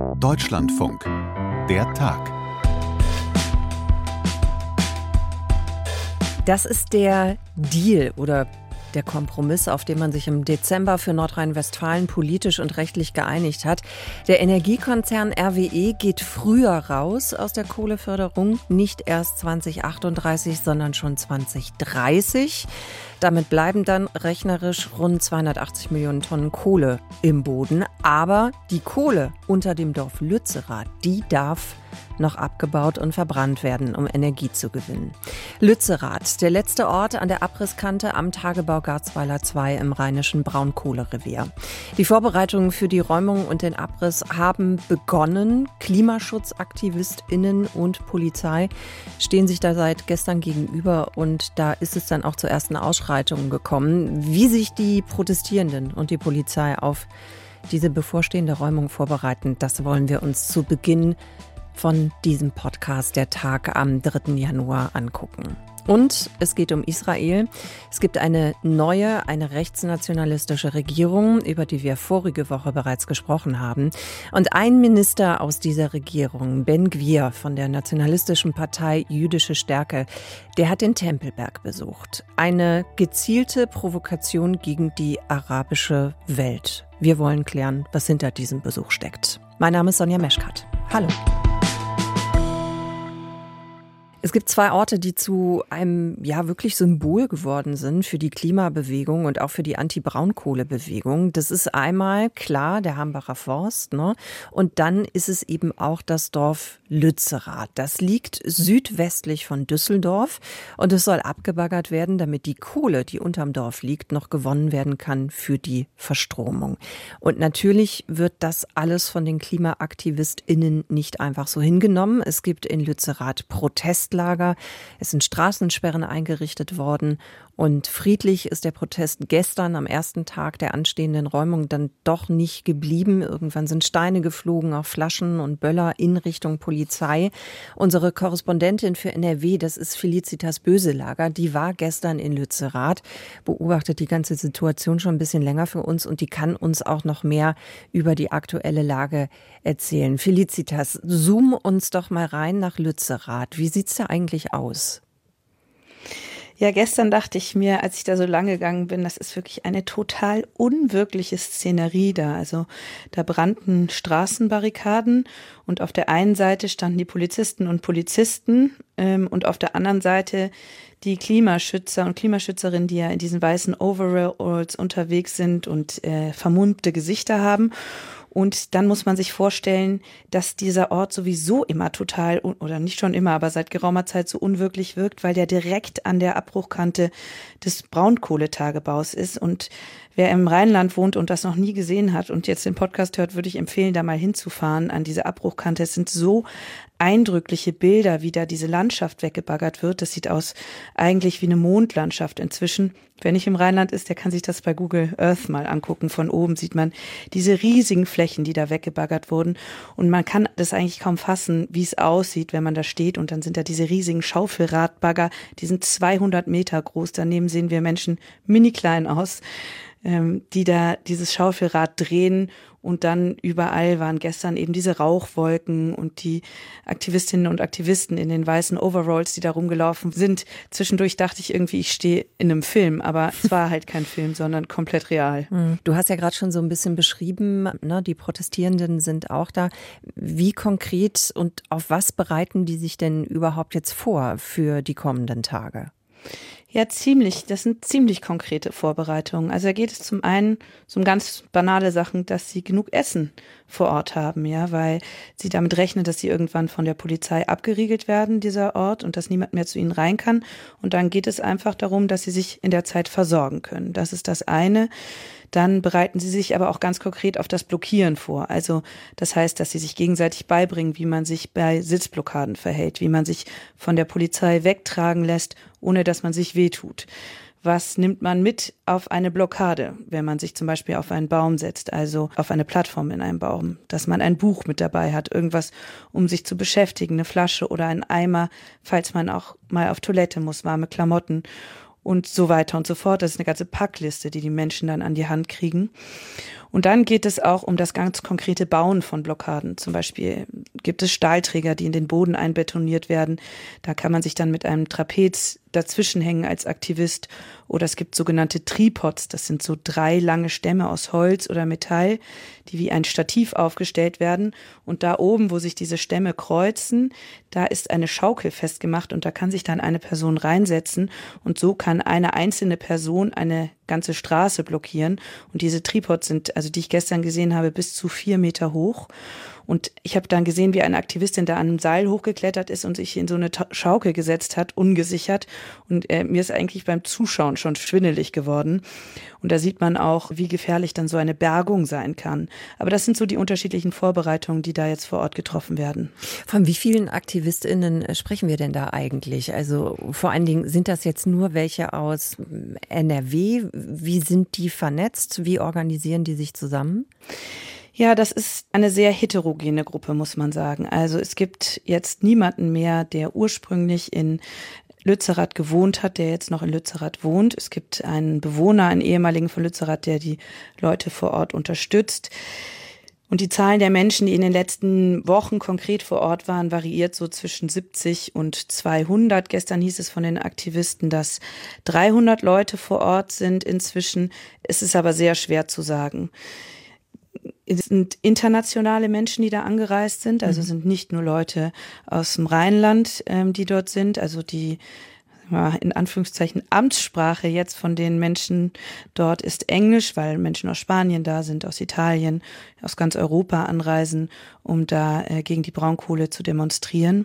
Deutschlandfunk. Der Tag. Das ist der Deal oder der Kompromiss, auf den man sich im Dezember für Nordrhein-Westfalen politisch und rechtlich geeinigt hat. Der Energiekonzern RWE geht früher raus aus der Kohleförderung, nicht erst 2038, sondern schon 2030. Damit bleiben dann rechnerisch rund 280 Millionen Tonnen Kohle im Boden. Aber die Kohle unter dem Dorf Lützerath, die darf noch abgebaut und verbrannt werden, um Energie zu gewinnen. Lützerath, der letzte Ort an der Abrisskante am Tagebau Garzweiler 2 im rheinischen Braunkohlerevier. Die Vorbereitungen für die Räumung und den Abriss haben begonnen. KlimaschutzaktivistInnen und Polizei stehen sich da seit gestern gegenüber und da ist es dann auch zu ersten Ausschreitungen gekommen. Wie sich die Protestierenden und die Polizei auf diese bevorstehende Räumung vorbereiten, das wollen wir uns zu Beginn von diesem Podcast Der Tag am 3. Januar angucken. Und es geht um Israel. Es gibt eine neue, eine rechtsnationalistische Regierung, über die wir vorige Woche bereits gesprochen haben. Und ein Minister aus dieser Regierung, Ben Gvir von der nationalistischen Partei Jüdische Stärke, der hat den Tempelberg besucht. Eine gezielte Provokation gegen die arabische Welt. Wir wollen klären, was hinter diesem Besuch steckt. Mein Name ist Sonja Meschkat. Hallo. Es gibt zwei Orte, die zu einem wirklich Symbol geworden sind für die Klimabewegung und auch für die Anti-Braunkohle-Bewegung. Das ist einmal klar der Hambacher Forst, ne? Und dann ist es eben auch das Dorf Lützerath. Das liegt südwestlich von Düsseldorf und es soll abgebaggert werden, damit die Kohle, die unterm Dorf liegt, noch gewonnen werden kann für die Verstromung. Und natürlich wird das alles von den KlimaaktivistInnen nicht einfach so hingenommen. Es gibt in Lützerath Protestlager. Es sind Straßensperren eingerichtet worden und friedlich ist der Protest gestern am ersten Tag der anstehenden Räumung dann doch nicht geblieben. Irgendwann sind Steine geflogen auf Flaschen und Böller in Richtung Polizei. Unsere Korrespondentin für NRW, das ist Felicitas Böselager, die war gestern in Lützerath, beobachtet die ganze Situation schon ein bisschen länger für uns und die kann uns auch noch mehr über die aktuelle Lage erzählen. Felicitas, zoom uns doch mal rein nach Lützerath. Wie sieht's da eigentlich aus? Ja, gestern dachte ich mir, als ich da so lang gegangen bin, das ist wirklich eine total unwirkliche Szenerie da. Also da brannten Straßenbarrikaden und auf der einen Seite standen die Polizisten und Polizisten und auf der anderen Seite die Klimaschützer und Klimaschützerinnen, die ja in diesen weißen Overalls unterwegs sind und vermummte Gesichter haben. Und dann muss man sich vorstellen, dass dieser Ort sowieso immer total, oder nicht schon immer, aber seit geraumer Zeit so unwirklich wirkt, weil der direkt an der Abbruchkante des Braunkohletagebaus ist. Und wer im Rheinland wohnt und das noch nie gesehen hat und jetzt den Podcast hört, würde ich empfehlen, da mal hinzufahren an diese Abbruchkante. Es sind so eindrückliche Bilder, wie da diese Landschaft weggebaggert wird. Das sieht aus eigentlich wie eine Mondlandschaft inzwischen. Wer nicht im Rheinland ist, der kann sich das bei Google Earth mal angucken. Von oben sieht man diese riesigen Flächen, die da weggebaggert wurden. Und man kann das eigentlich kaum fassen, wie es aussieht, wenn man da steht. Und dann sind da diese riesigen Schaufelradbagger, die sind 200 Meter groß. Daneben sehen wir Menschen mini klein aus, die da dieses Schaufelrad drehen. Und dann überall waren gestern eben diese Rauchwolken und die Aktivistinnen und Aktivisten in den weißen Overalls, die da rumgelaufen sind. Zwischendurch dachte ich irgendwie, ich stehe in einem Film, aber es war halt kein Film, sondern komplett real. Du hast ja gerade schon so ein bisschen beschrieben, ne, die Protestierenden sind auch da. Wie konkret und auf was bereiten die sich denn überhaupt jetzt vor für die kommenden Tage? Ja, das sind ziemlich konkrete Vorbereitungen. Also da geht es zum einen um ganz banale Sachen, dass sie genug Essen vor Ort haben, ja, weil sie damit rechnen, dass sie irgendwann von der Polizei abgeriegelt werden, dieser Ort, und dass niemand mehr zu ihnen rein kann. Und dann geht es einfach darum, dass sie sich in der Zeit versorgen können. Das ist das eine. Dann bereiten sie sich aber auch ganz konkret auf das Blockieren vor. Also das heißt, dass sie sich gegenseitig beibringen, wie man sich bei Sitzblockaden verhält, wie man sich von der Polizei wegtragen lässt, ohne dass man sich wehtut. Was nimmt man mit auf eine Blockade, wenn man sich zum Beispiel auf einen Baum setzt, also auf eine Plattform in einem Baum, dass man ein Buch mit dabei hat, irgendwas, um sich zu beschäftigen, eine Flasche oder ein Eimer, falls man auch mal auf Toilette muss, warme Klamotten. und so weiter und so fort. Das ist eine ganze Packliste, die die Menschen dann an die Hand kriegen. Und dann geht es auch um das ganz konkrete Bauen von Blockaden. Zum Beispiel gibt es Stahlträger, die in den Boden einbetoniert werden. Da kann man sich dann mit einem Trapez dazwischen hängen als Aktivist. Oder es gibt sogenannte Tripods. Das sind so 3 lange Stämme aus Holz oder Metall, die wie ein Stativ aufgestellt werden. Und da oben, wo sich diese Stämme kreuzen, da ist eine Schaukel festgemacht und da kann sich dann eine Person reinsetzen. Und so kann eine einzelne Person eine ganze Straße blockieren. Und diese Tripods sind, also die ich gestern gesehen habe, bis zu 4 Meter hoch. Und ich habe dann gesehen, wie eine Aktivistin da an einem Seil hochgeklettert ist und sich in so eine Schaukel gesetzt hat, ungesichert. Und mir ist eigentlich beim Zuschauen schon schwindelig geworden. Und da sieht man auch, wie gefährlich dann so eine Bergung sein kann. Aber das sind so die unterschiedlichen Vorbereitungen, die da jetzt vor Ort getroffen werden. Von wie vielen AktivistInnen sprechen wir denn da eigentlich? Also vor allen Dingen, sind das jetzt nur welche aus NRW? Wie sind die vernetzt? Wie organisieren die sich zusammen? Ja, das ist eine sehr heterogene Gruppe, muss man sagen. Also es gibt jetzt niemanden mehr, der ursprünglich in Lützerath gewohnt hat, der jetzt noch in Lützerath wohnt. Es gibt einen Bewohner, einen ehemaligen von Lützerath, der die Leute vor Ort unterstützt. Und die Zahlen der Menschen, die in den letzten Wochen konkret vor Ort waren, variiert so zwischen 70 und 200. Gestern hieß es von den Aktivisten, dass 300 Leute vor Ort sind inzwischen. Es ist aber sehr schwer zu sagen. Es sind internationale Menschen, die da angereist sind, also sind nicht nur Leute aus dem Rheinland, die dort sind, also die in Anführungszeichen Amtssprache jetzt von den Menschen dort ist Englisch, weil Menschen aus Spanien da sind, aus Italien, aus ganz Europa anreisen, um da gegen die Braunkohle zu demonstrieren.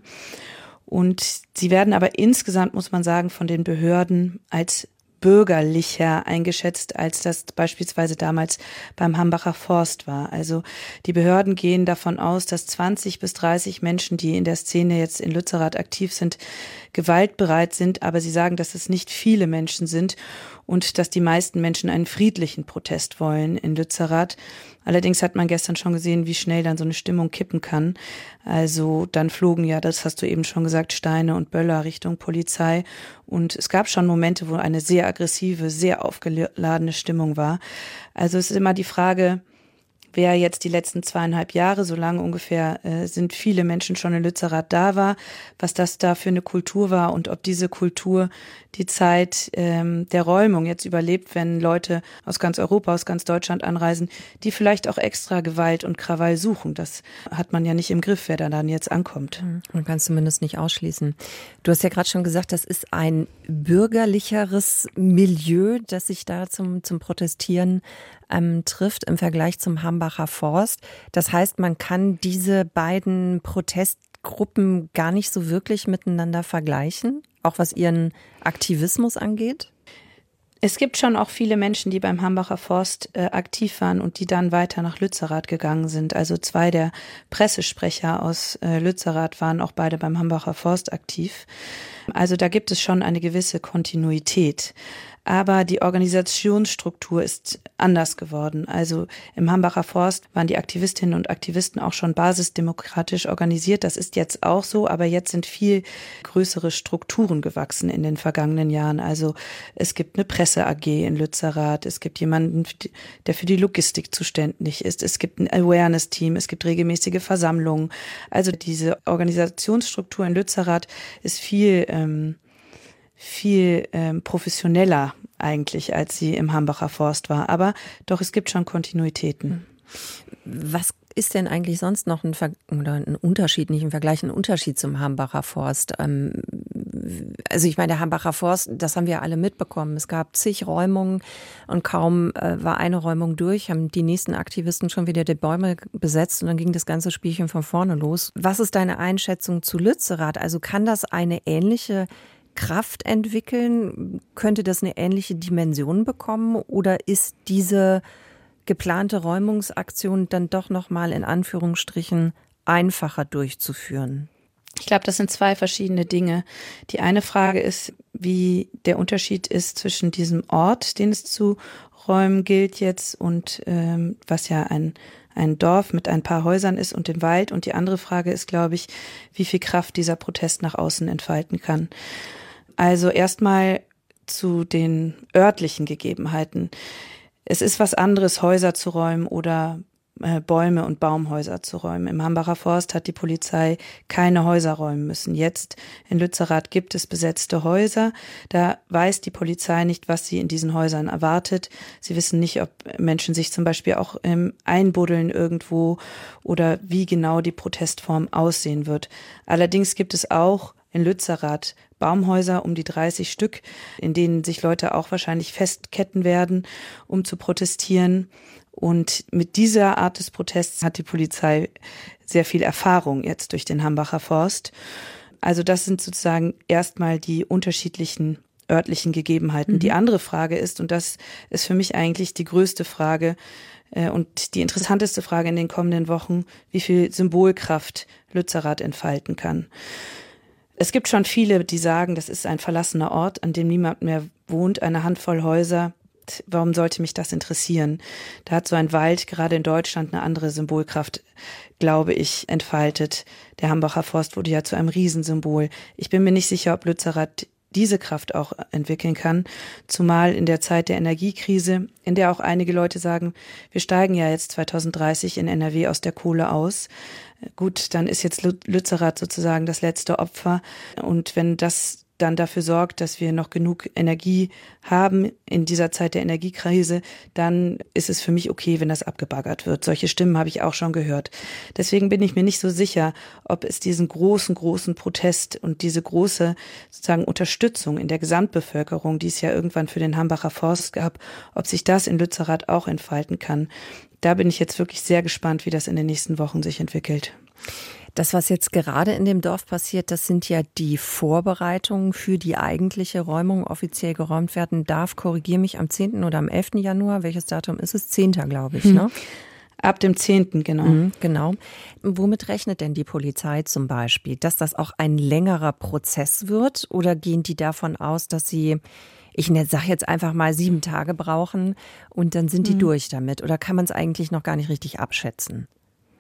Und sie werden aber insgesamt, muss man sagen, von den Behörden als bürgerlicher eingeschätzt, als das beispielsweise damals beim Hambacher Forst war. Also die Behörden gehen davon aus, dass 20 bis 30 Menschen, die in der Szene jetzt in Lützerath aktiv sind, gewaltbereit sind, aber sie sagen, dass es nicht viele Menschen sind und dass die meisten Menschen einen friedlichen Protest wollen in Lützerath. Allerdings hat man gestern schon gesehen, wie schnell dann so eine Stimmung kippen kann. Also dann flogen ja, das hast du eben schon gesagt, Steine und Böller Richtung Polizei. Und es gab schon Momente, wo eine sehr aggressive, sehr aufgeladene Stimmung war. Also es ist immer die Frage, wer jetzt die letzten 2,5 Jahre, so lange ungefähr sind viele Menschen schon in Lützerath da war, was das da für eine Kultur war und ob diese Kultur die Zeit der Räumung jetzt überlebt, wenn Leute aus ganz Europa, aus ganz Deutschland anreisen, die vielleicht auch extra Gewalt und Krawall suchen. Das hat man ja nicht im Griff, wer da dann jetzt ankommt. Man kann es zumindest nicht ausschließen. Du hast ja gerade schon gesagt, das ist ein bürgerlicheres Milieu, das sich da zum Protestieren trifft im Vergleich zum Hambacher Forst. Das heißt, man kann diese beiden Protestgruppen gar nicht so wirklich miteinander vergleichen, auch was ihren Aktivismus angeht? Es gibt schon auch viele Menschen, die beim Hambacher Forst aktiv waren und die dann weiter nach Lützerath gegangen sind. Also 2 der Pressesprecher aus Lützerath waren auch beide beim Hambacher Forst aktiv. Also da gibt es schon eine gewisse Kontinuität. Aber die Organisationsstruktur ist anders geworden. Also im Hambacher Forst waren die Aktivistinnen und Aktivisten auch schon basisdemokratisch organisiert. Das ist jetzt auch so, aber jetzt sind viel größere Strukturen gewachsen in den vergangenen Jahren. Also es gibt eine Presse-AG in Lützerath, es gibt jemanden, der für die Logistik zuständig ist, es gibt ein Awareness-Team, es gibt regelmäßige Versammlungen. Also diese Organisationsstruktur in Lützerath ist viel professioneller eigentlich, als sie im Hambacher Forst war. Aber doch, es gibt schon Kontinuitäten. Was ist denn eigentlich sonst noch ein Unterschied, nicht im Vergleich, ein Unterschied zum Hambacher Forst? Also ich meine, der Hambacher Forst, das haben wir alle mitbekommen. Es gab zig Räumungen und kaum war eine Räumung durch, haben die nächsten Aktivisten schon wieder die Bäume besetzt und dann ging das ganze Spielchen von vorne los. Was ist deine Einschätzung zu Lützerath? Also kann das eine ähnliche Kraft entwickeln? Könnte das eine ähnliche Dimension bekommen oder ist diese geplante Räumungsaktion dann doch nochmal in Anführungsstrichen einfacher durchzuführen? Ich glaube, das sind 2 verschiedene Dinge. Die eine Frage ist, wie der Unterschied ist zwischen diesem Ort, den es zu räumen gilt jetzt und was ja ein Dorf mit ein paar Häusern ist und dem Wald. Und die andere Frage ist, glaube ich, wie viel Kraft dieser Protest nach außen entfalten kann. Also erstmal zu den örtlichen Gegebenheiten. Es ist was anderes, Häuser zu räumen oder Bäume und Baumhäuser zu räumen. Im Hambacher Forst hat die Polizei keine Häuser räumen müssen. Jetzt in Lützerath gibt es besetzte Häuser. Da weiß die Polizei nicht, was sie in diesen Häusern erwartet. Sie wissen nicht, ob Menschen sich zum Beispiel auch einbuddeln irgendwo oder wie genau die Protestform aussehen wird. Allerdings gibt es auch in Lützerath Baumhäuser, um die 30 Stück, in denen sich Leute auch wahrscheinlich festketten werden, um zu protestieren. Und mit dieser Art des Protests hat die Polizei sehr viel Erfahrung jetzt durch den Hambacher Forst. Also das sind sozusagen erstmal die unterschiedlichen örtlichen Gegebenheiten. Die andere Frage ist, und das ist für mich eigentlich die größte Frage und die interessanteste Frage in den kommenden Wochen, wie viel Symbolkraft Lützerath entfalten kann. Es gibt schon viele, die sagen, das ist ein verlassener Ort, an dem niemand mehr wohnt, eine Handvoll Häuser. Warum sollte mich das interessieren? Da hat so ein Wald gerade in Deutschland eine andere Symbolkraft, glaube ich, entfaltet. Der Hambacher Forst wurde ja zu einem Riesensymbol. Ich bin mir nicht sicher, ob Lützerath diese Kraft auch entwickeln kann, zumal in der Zeit der Energiekrise, in der auch einige Leute sagen, wir steigen ja jetzt 2030 in NRW aus der Kohle aus. Gut, dann ist jetzt Lützerath sozusagen das letzte Opfer. Und wenn das dann dafür sorgt, dass wir noch genug Energie haben in dieser Zeit der Energiekrise, dann ist es für mich okay, wenn das abgebaggert wird. Solche Stimmen habe ich auch schon gehört. Deswegen bin ich mir nicht so sicher, ob es diesen großen Protest und diese große sozusagen Unterstützung in der Gesamtbevölkerung, die es ja irgendwann für den Hambacher Forst gab, ob sich das in Lützerath auch entfalten kann. Da bin ich jetzt wirklich sehr gespannt, wie das in den nächsten Wochen sich entwickelt. Das, was jetzt gerade in dem Dorf passiert, das sind ja die Vorbereitungen für die eigentliche Räumung. Offiziell geräumt werden darf, korrigiere mich, am 10. oder am 11. Januar. Welches Datum ist es? 10. glaube ich, ne? Ab dem 10. genau. Genau. Womit rechnet denn die Polizei zum Beispiel? Dass das auch ein längerer Prozess wird? Oder gehen die davon aus, dass sie, ich sage jetzt einfach mal 7 Tage brauchen und dann sind die durch damit? Oder kann man es eigentlich noch gar nicht richtig abschätzen?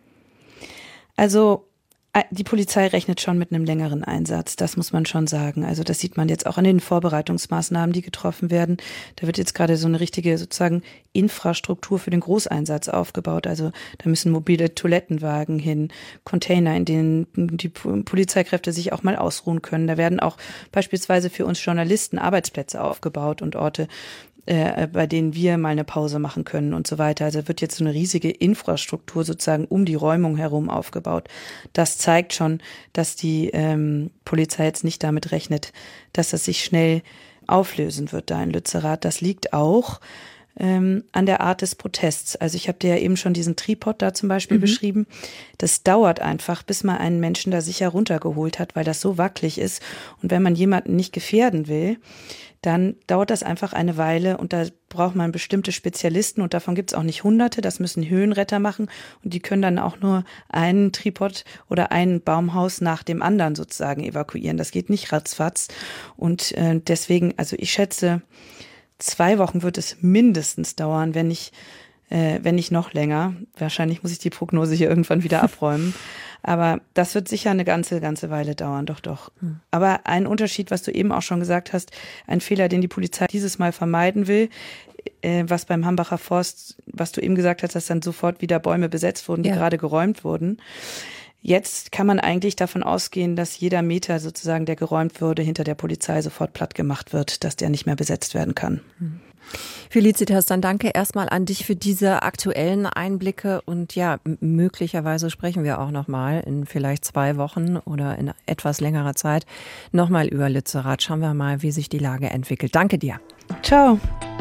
Also die Polizei rechnet schon mit einem längeren Einsatz, das muss man schon sagen. Also das sieht man jetzt auch an den Vorbereitungsmaßnahmen, die getroffen werden. Da wird jetzt gerade so eine richtige sozusagen Infrastruktur für den Großeinsatz aufgebaut. Also da müssen mobile Toilettenwagen hin, Container, in denen die Polizeikräfte sich auch mal ausruhen können. Da werden auch beispielsweise für uns Journalisten Arbeitsplätze aufgebaut und Orte, bei denen wir mal eine Pause machen können und so weiter. Also wird jetzt so eine riesige Infrastruktur sozusagen um die Räumung herum aufgebaut. Das zeigt schon, dass die Polizei jetzt nicht damit rechnet, dass das sich schnell auflösen wird da in Lützerath. Das liegt auch an der Art des Protests. Also ich habe dir ja eben schon diesen Tripod da zum Beispiel beschrieben. Das dauert einfach, bis man einen Menschen da sicher runtergeholt hat, weil das so wackelig ist. Und wenn man jemanden nicht gefährden will, dann dauert das einfach eine Weile und da braucht man bestimmte Spezialisten und davon gibt es auch nicht Hunderte, das müssen Höhenretter machen und die können dann auch nur einen Tripod oder ein Baumhaus nach dem anderen sozusagen evakuieren. Das geht nicht ratzfatz und deswegen, also ich schätze, 2 Wochen wird es mindestens dauern, wenn nicht noch länger. Wahrscheinlich muss ich die Prognose hier irgendwann wieder abräumen. Aber das wird sicher eine ganze Weile dauern, doch. Aber ein Unterschied, was du eben auch schon gesagt hast, ein Fehler, den die Polizei dieses Mal vermeiden will, was beim Hambacher Forst, was du eben gesagt hast, dass dann sofort wieder Bäume besetzt wurden, die gerade geräumt wurden. Jetzt kann man eigentlich davon ausgehen, dass jeder Meter sozusagen, der geräumt wurde, hinter der Polizei sofort platt gemacht wird, dass der nicht mehr besetzt werden kann. Felicitas, dann danke erstmal an dich für diese aktuellen Einblicke und ja, möglicherweise sprechen wir auch nochmal in vielleicht 2 Wochen oder in etwas längerer Zeit nochmal über Lützerath. Schauen wir mal, wie sich die Lage entwickelt. Danke dir. Ciao.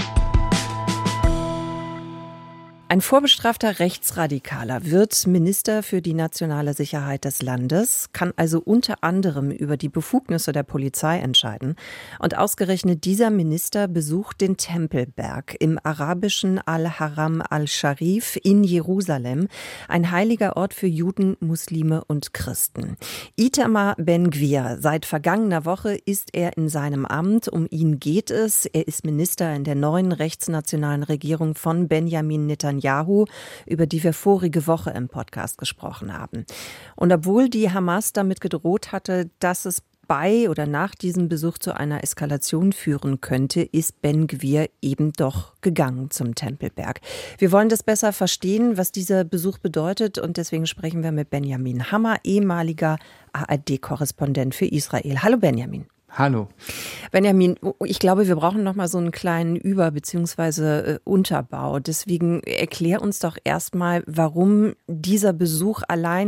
Ein vorbestrafter Rechtsradikaler wird Minister für die nationale Sicherheit des Landes, kann also unter anderem über die Befugnisse der Polizei entscheiden. Und ausgerechnet dieser Minister besucht den Tempelberg im arabischen Al-Haram al-Sharif in Jerusalem, ein heiliger Ort für Juden, Muslime und Christen. Itamar Ben-Gvir, seit vergangener Woche ist er in seinem Amt. Um ihn geht es. Er ist Minister in der neuen rechtsnationalen Regierung von Benjamin Netanyahu, über die wir vorige Woche im Podcast gesprochen haben. Und obwohl die Hamas damit gedroht hatte, dass es bei oder nach diesem Besuch zu einer Eskalation führen könnte, ist Ben Gvir eben doch gegangen zum Tempelberg. Wir wollen das besser verstehen, was dieser Besuch bedeutet, und deswegen sprechen wir mit Benjamin Hammer, ehemaliger ARD-Korrespondent für Israel. Hallo Benjamin. Hallo. Benjamin, ich glaube, wir brauchen noch mal so einen kleinen bzw. Unterbau. Deswegen erklär uns doch erstmal, warum dieser Besuch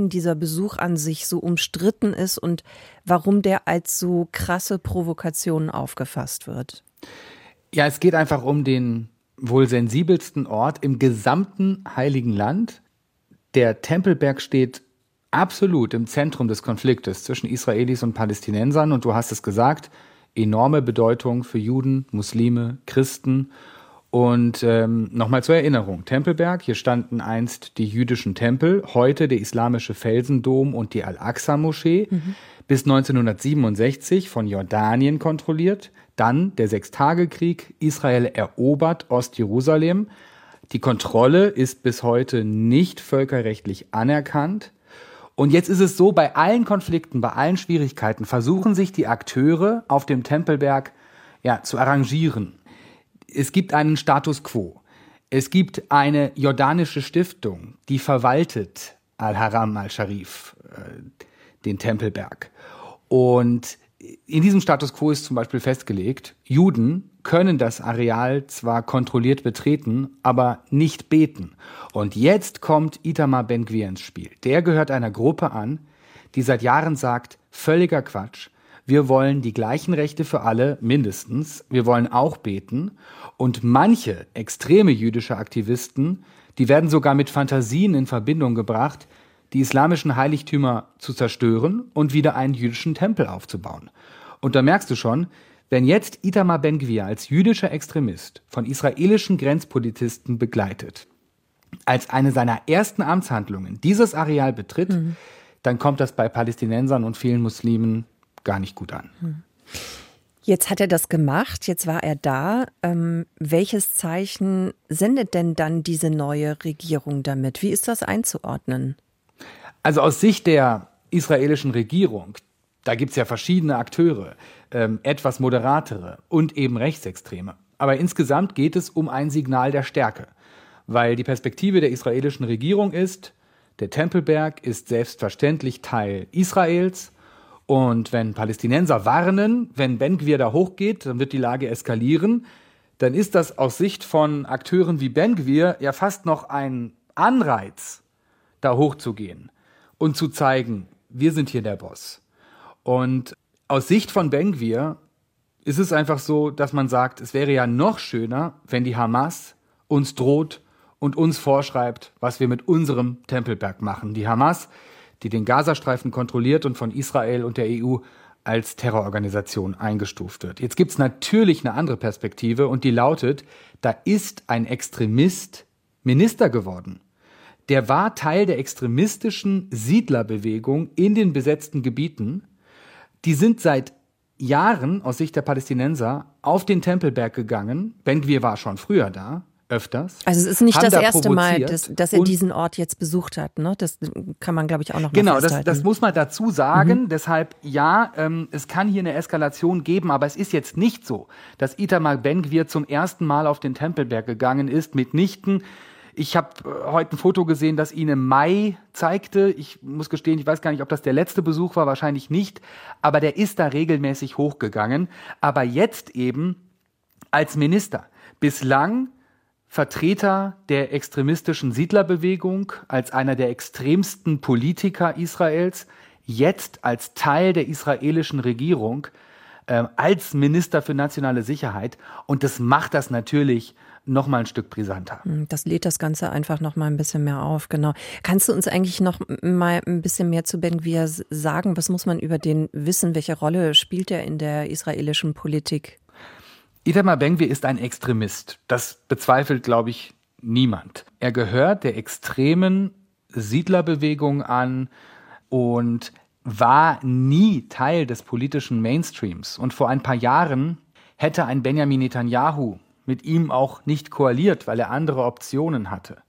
an sich so umstritten ist und warum der als so krasse Provokation aufgefasst wird. Ja, es geht einfach um den wohl sensibelsten Ort im gesamten Heiligen Land. Der Tempelberg steht absolut im Zentrum des Konfliktes zwischen Israelis und Palästinensern. Und du hast es gesagt, enorme Bedeutung für Juden, Muslime, Christen. Und nochmal zur Erinnerung, Tempelberg, hier standen einst die jüdischen Tempel, heute der islamische Felsendom und die Al-Aqsa-Moschee, bis 1967 von Jordanien kontrolliert. Dann der Sechstagekrieg, Israel erobert Ostjerusalem. Die Kontrolle ist bis heute nicht völkerrechtlich anerkannt. Und jetzt ist es so, bei allen Konflikten, bei allen Schwierigkeiten versuchen sich die Akteure auf dem Tempelberg zu arrangieren. Es gibt einen Status quo. Es gibt eine jordanische Stiftung, die verwaltet Al-Haram al-Sharif, den Tempelberg. Und in diesem Status quo ist zum Beispiel festgelegt, Juden können das Areal zwar kontrolliert betreten, aber nicht beten. Und jetzt kommt Itamar Ben Gvir ins Spiel. Der gehört einer Gruppe an, die seit Jahren sagt, völliger Quatsch. Wir wollen die gleichen Rechte für alle, mindestens. Wir wollen auch beten. Und manche extreme jüdische Aktivisten, die werden sogar mit Fantasien in Verbindung gebracht, die islamischen Heiligtümer zu zerstören und wieder einen jüdischen Tempel aufzubauen. Und da merkst du schon, wenn jetzt Itamar Ben Gvir als jüdischer Extremist von israelischen Grenzpolizisten begleitet, als eine seiner ersten Amtshandlungen dieses Areal betritt, dann kommt das bei Palästinensern und vielen Muslimen gar nicht gut an. Jetzt hat er das gemacht, jetzt war er da. Welches Zeichen sendet denn dann diese neue Regierung damit? Wie ist das einzuordnen? Also aus Sicht der israelischen Regierung, da gibt es ja verschiedene Akteure, etwas moderatere und eben Rechtsextreme. Aber insgesamt geht es um ein Signal der Stärke, weil die Perspektive der israelischen Regierung ist, der Tempelberg ist selbstverständlich Teil Israels. Und wenn Palästinenser warnen, wenn Ben Gvir da hochgeht, dann wird die Lage eskalieren, dann ist das aus Sicht von Akteuren wie Ben Gvir ja fast noch ein Anreiz, da hochzugehen und zu zeigen, wir sind hier der Boss. Und aus Sicht von Ben Gvir ist es einfach so, dass man sagt, es wäre ja noch schöner, wenn die Hamas uns droht und uns vorschreibt, was wir mit unserem Tempelberg machen. Die Hamas, die den Gazastreifen kontrolliert und von Israel und der EU als Terrororganisation eingestuft wird. Jetzt gibt es natürlich eine andere Perspektive und die lautet, da ist ein Extremist Minister geworden. Der war Teil der extremistischen Siedlerbewegung in den besetzten Gebieten. Die sind seit Jahren aus Sicht der Palästinenser auf den Tempelberg gegangen. Ben Gvir war schon früher da, öfters. Also es ist nicht das erste Mal, dass er diesen Ort jetzt besucht hat, ne? Das kann man, glaube ich, auch noch mal festhalten. Genau, das muss man dazu sagen. Deshalb, es kann hier eine Eskalation geben, aber es ist jetzt nicht so, dass Itamar Ben Gvir zum ersten Mal auf den Tempelberg gegangen ist, mitnichten. Ich habe heute ein Foto gesehen, das ihn im Mai zeigte. Ich muss gestehen, ich weiß gar nicht, ob das der letzte Besuch war, wahrscheinlich nicht. Aber der ist da regelmäßig hochgegangen. Aber jetzt eben als Minister. Bislang Vertreter der extremistischen Siedlerbewegung, als einer der extremsten Politiker Israels, jetzt als Teil der israelischen Regierung, als Minister für nationale Sicherheit. Und das macht das natürlich noch mal ein Stück brisanter. Das lädt das Ganze einfach noch mal ein bisschen mehr auf, genau. Kannst du uns eigentlich noch mal ein bisschen mehr zu Ben Gvir sagen? Was muss man über den wissen? Welche Rolle spielt er in der israelischen Politik? Itamar Ben Gvir ist ein Extremist. Das bezweifelt, glaube ich, niemand. Er gehört der extremen Siedlerbewegung an und war nie Teil des politischen Mainstreams. Und vor ein paar Jahren hätte ein Benjamin Netanyahu mit ihm auch nicht koaliert, weil er andere Optionen hatte.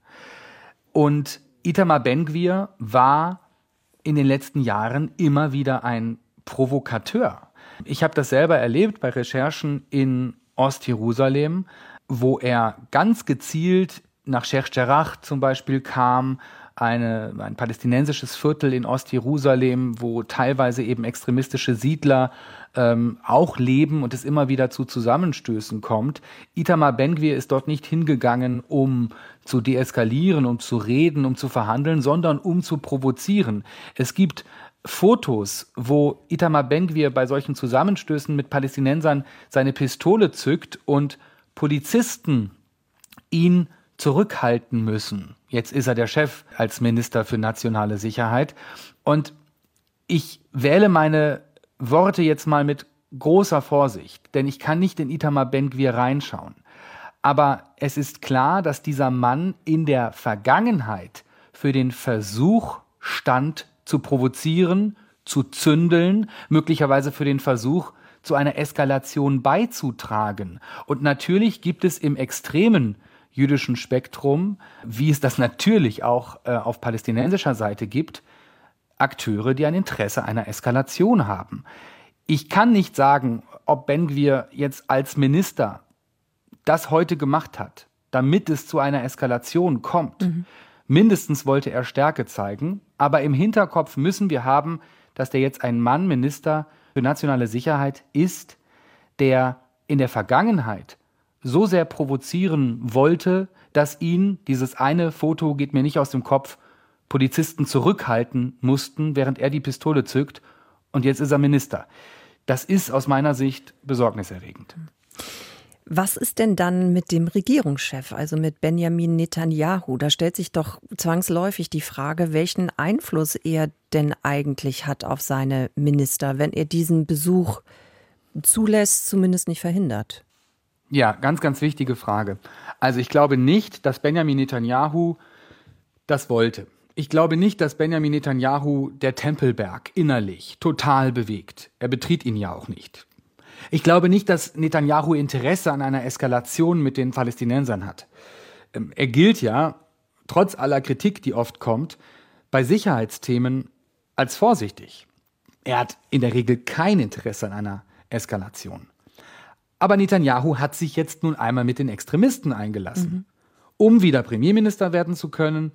Und Itamar Ben Gvir war in den letzten Jahren immer wieder ein Provokateur. Ich habe das selber erlebt bei Recherchen in Ostjerusalem, wo er ganz gezielt nach Sheikh Jarrah zum Beispiel kam, ein palästinensisches Viertel in Ostjerusalem, wo teilweise eben extremistische Siedler auch leben und es immer wieder zu Zusammenstößen kommt. Itamar Ben-Gvir ist dort nicht hingegangen, um zu deeskalieren, um zu reden, um zu verhandeln, sondern um zu provozieren. Es gibt Fotos, wo Itamar Ben-Gvir bei solchen Zusammenstößen mit Palästinensern seine Pistole zückt und Polizisten ihn zurückhalten müssen. Jetzt ist er der Chef als Minister für nationale Sicherheit. Und ich wähle meine Worte jetzt mal mit großer Vorsicht, denn ich kann nicht in Itamar Ben-Gvir reinschauen. Aber es ist klar, dass dieser Mann in der Vergangenheit für den Versuch stand, zu provozieren, zu zündeln, möglicherweise für den Versuch, zu einer Eskalation beizutragen. Und natürlich gibt es im extremen jüdischen Spektrum, wie es das natürlich auch auf palästinensischer Seite gibt, Akteure, die ein Interesse einer Eskalation haben. Ich kann nicht sagen, ob Ben-Gvir jetzt als Minister das heute gemacht hat, damit es zu einer Eskalation kommt. Mindestens wollte er Stärke zeigen, aber im Hinterkopf müssen wir haben, dass der jetzt ein Mann, Minister für nationale Sicherheit ist, der in der Vergangenheit so sehr provozieren wollte, dass ihn, dieses eine Foto geht mir nicht aus dem Kopf, Polizisten zurückhalten mussten, während er die Pistole zückt, und jetzt ist er Minister. Das ist aus meiner Sicht besorgniserregend. Was ist denn dann mit dem Regierungschef, also mit Benjamin Netanyahu? Da stellt sich doch zwangsläufig die Frage, welchen Einfluss er denn eigentlich hat auf seine Minister, wenn er diesen Besuch zulässt, zumindest nicht verhindert. Ja, ganz, ganz wichtige Frage. Also ich glaube nicht, dass Benjamin Netanyahu das wollte. Ich glaube nicht, dass Benjamin Netanyahu der Tempelberg innerlich total bewegt. Er betritt ihn ja auch nicht. Ich glaube nicht, dass Netanyahu Interesse an einer Eskalation mit den Palästinensern hat. Er gilt ja, trotz aller Kritik, die oft kommt, bei Sicherheitsthemen als vorsichtig. Er hat in der Regel kein Interesse an einer Eskalation. Aber Netanyahu hat sich jetzt nun einmal mit den Extremisten eingelassen, um wieder Premierminister werden zu können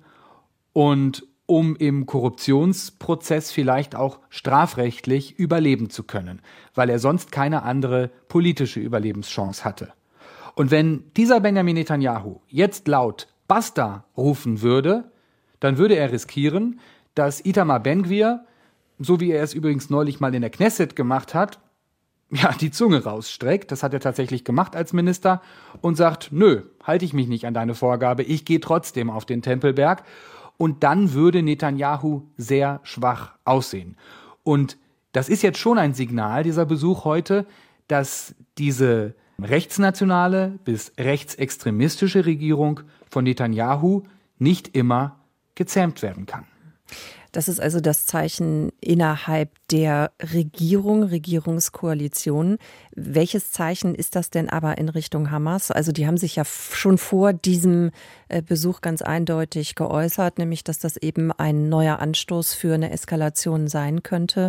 und um im Korruptionsprozess vielleicht auch strafrechtlich überleben zu können, weil er sonst keine andere politische Überlebenschance hatte. Und wenn dieser Benjamin Netanyahu jetzt laut Basta rufen würde, dann würde er riskieren, dass Itamar Ben-Gvir, so wie er es übrigens neulich mal in der Knesset gemacht hat, ja, die Zunge rausstreckt, das hat er tatsächlich gemacht als Minister, und sagt, nö, halte ich mich nicht an deine Vorgabe, ich gehe trotzdem auf den Tempelberg. Und dann würde Netanyahu sehr schwach aussehen. Und das ist jetzt schon ein Signal, dieser Besuch heute, dass diese rechtsnationale bis rechtsextremistische Regierung von Netanyahu nicht immer gezähmt werden kann. Das ist also das Zeichen innerhalb der Regierung, Regierungskoalition. Welches Zeichen ist das denn aber in Richtung Hamas? Also die haben sich ja schon vor diesem Besuch ganz eindeutig geäußert, nämlich dass das eben ein neuer Anstoß für eine Eskalation sein könnte.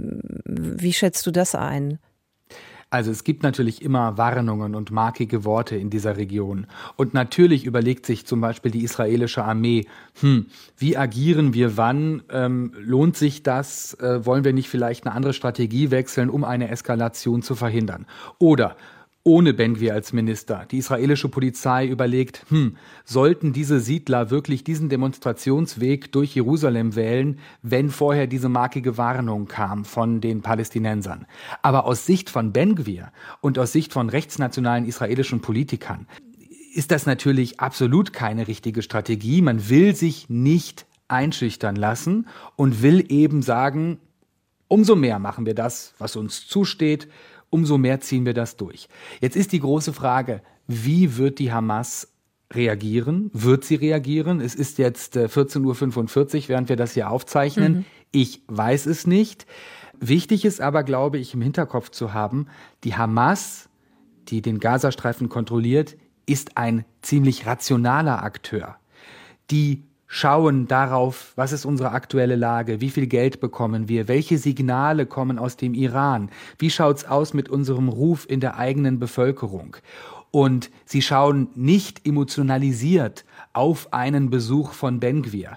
Wie schätzt du das ein? Also es gibt natürlich immer Warnungen und markige Worte in dieser Region. Und natürlich überlegt sich zum Beispiel die israelische Armee, wie agieren wir wann? Lohnt sich das? Wollen wir nicht vielleicht eine andere Strategie wechseln, um eine Eskalation zu verhindern? Oder ohne Ben-Gvir als Minister. Die israelische Polizei überlegt, sollten diese Siedler wirklich diesen Demonstrationsweg durch Jerusalem wählen, wenn vorher diese markige Warnung kam von den Palästinensern. Aber aus Sicht von Ben-Gvir und aus Sicht von rechtsnationalen israelischen Politikern ist das natürlich absolut keine richtige Strategie. Man will sich nicht einschüchtern lassen und will eben sagen, umso mehr machen wir das, was uns zusteht, umso mehr ziehen wir das durch. Jetzt ist die große Frage, wie wird die Hamas reagieren? Wird sie reagieren? Es ist jetzt 14:45 Uhr, während wir das hier aufzeichnen. Ich weiß es nicht. Wichtig ist aber, glaube ich, im Hinterkopf zu haben, die Hamas, die den Gazastreifen kontrolliert, ist ein ziemlich rationaler Akteur. Die schauen darauf, was ist unsere aktuelle Lage, wie viel Geld bekommen wir, welche Signale kommen aus dem Iran, wie schaut's aus mit unserem Ruf in der eigenen Bevölkerung. Und sie schauen nicht emotionalisiert auf einen Besuch von Ben-Gvir.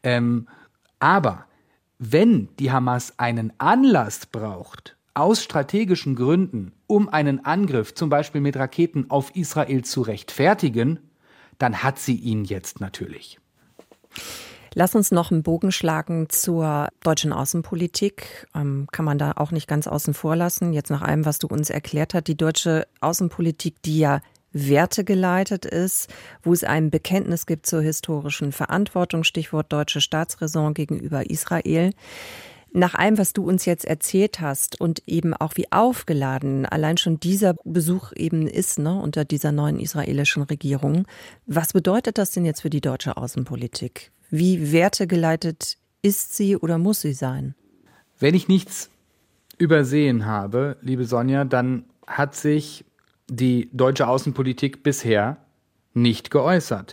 Aber wenn die Hamas einen Anlass braucht, aus strategischen Gründen, um einen Angriff zum Beispiel mit Raketen auf Israel zu rechtfertigen, dann hat sie ihn jetzt natürlich. Lass uns noch einen Bogen schlagen zur deutschen Außenpolitik. Kann man da auch nicht ganz außen vor lassen. Jetzt nach allem, was du uns erklärt hast, die deutsche Außenpolitik, die ja wertegeleitet ist, wo es ein Bekenntnis gibt zur historischen Verantwortung, Stichwort deutsche Staatsräson gegenüber Israel. Nach allem, was du uns jetzt erzählt hast und eben auch wie aufgeladen allein schon dieser Besuch eben ist, unter dieser neuen israelischen Regierung, was bedeutet das denn jetzt für die deutsche Außenpolitik? Wie wertegeleitet ist sie oder muss sie sein? Wenn ich nichts übersehen habe, liebe Sonja, dann hat sich die deutsche Außenpolitik bisher nicht geäußert.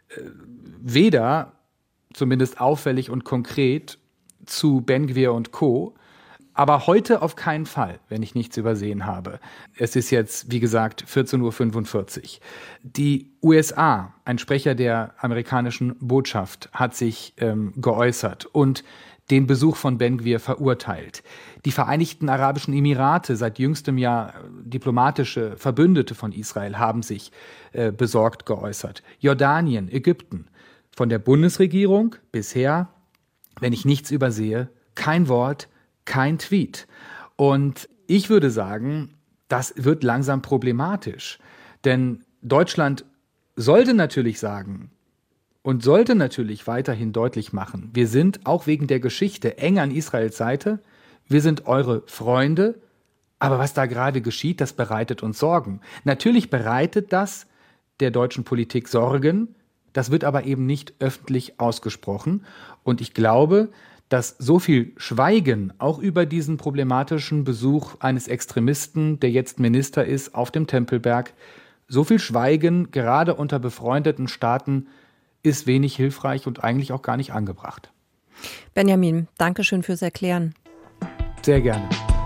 Weder, zumindest auffällig und konkret, zu Ben-Gvir und Co., aber heute auf keinen Fall, wenn ich nichts übersehen habe. Es ist jetzt, wie gesagt, 14:45 Uhr. Die USA, ein Sprecher der amerikanischen Botschaft, hat sich geäußert und den Besuch von Ben-Gvir verurteilt. Die Vereinigten Arabischen Emirate, seit jüngstem Jahr diplomatische Verbündete von Israel, haben sich besorgt geäußert. Jordanien, Ägypten. Von der Bundesregierung bisher, wenn ich nichts übersehe, kein Wort, kein Tweet. Und ich würde sagen, das wird langsam problematisch. Denn Deutschland sollte natürlich sagen und sollte natürlich weiterhin deutlich machen, wir sind auch wegen der Geschichte eng an Israels Seite, wir sind eure Freunde, aber was da gerade geschieht, das bereitet uns Sorgen. Natürlich bereitet das der deutschen Politik Sorgen, das wird aber eben nicht öffentlich ausgesprochen. Und ich glaube, dass so viel Schweigen auch über diesen problematischen Besuch eines Extremisten, der jetzt Minister ist, auf dem Tempelberg, so viel Schweigen, gerade unter befreundeten Staaten, ist wenig hilfreich und eigentlich auch gar nicht angebracht. Benjamin, danke schön fürs Erklären. Sehr gerne.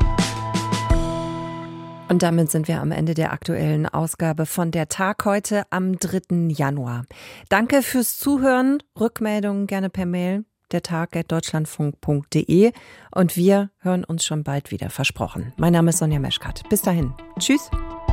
Und damit sind wir am Ende der aktuellen Ausgabe von Der Tag heute am 3. Januar. Danke fürs Zuhören. Rückmeldungen gerne per Mail dertag@deutschlandfunk.de und wir hören uns schon bald wieder, versprochen. Mein Name ist Sonja Meschkat. Bis dahin. Tschüss.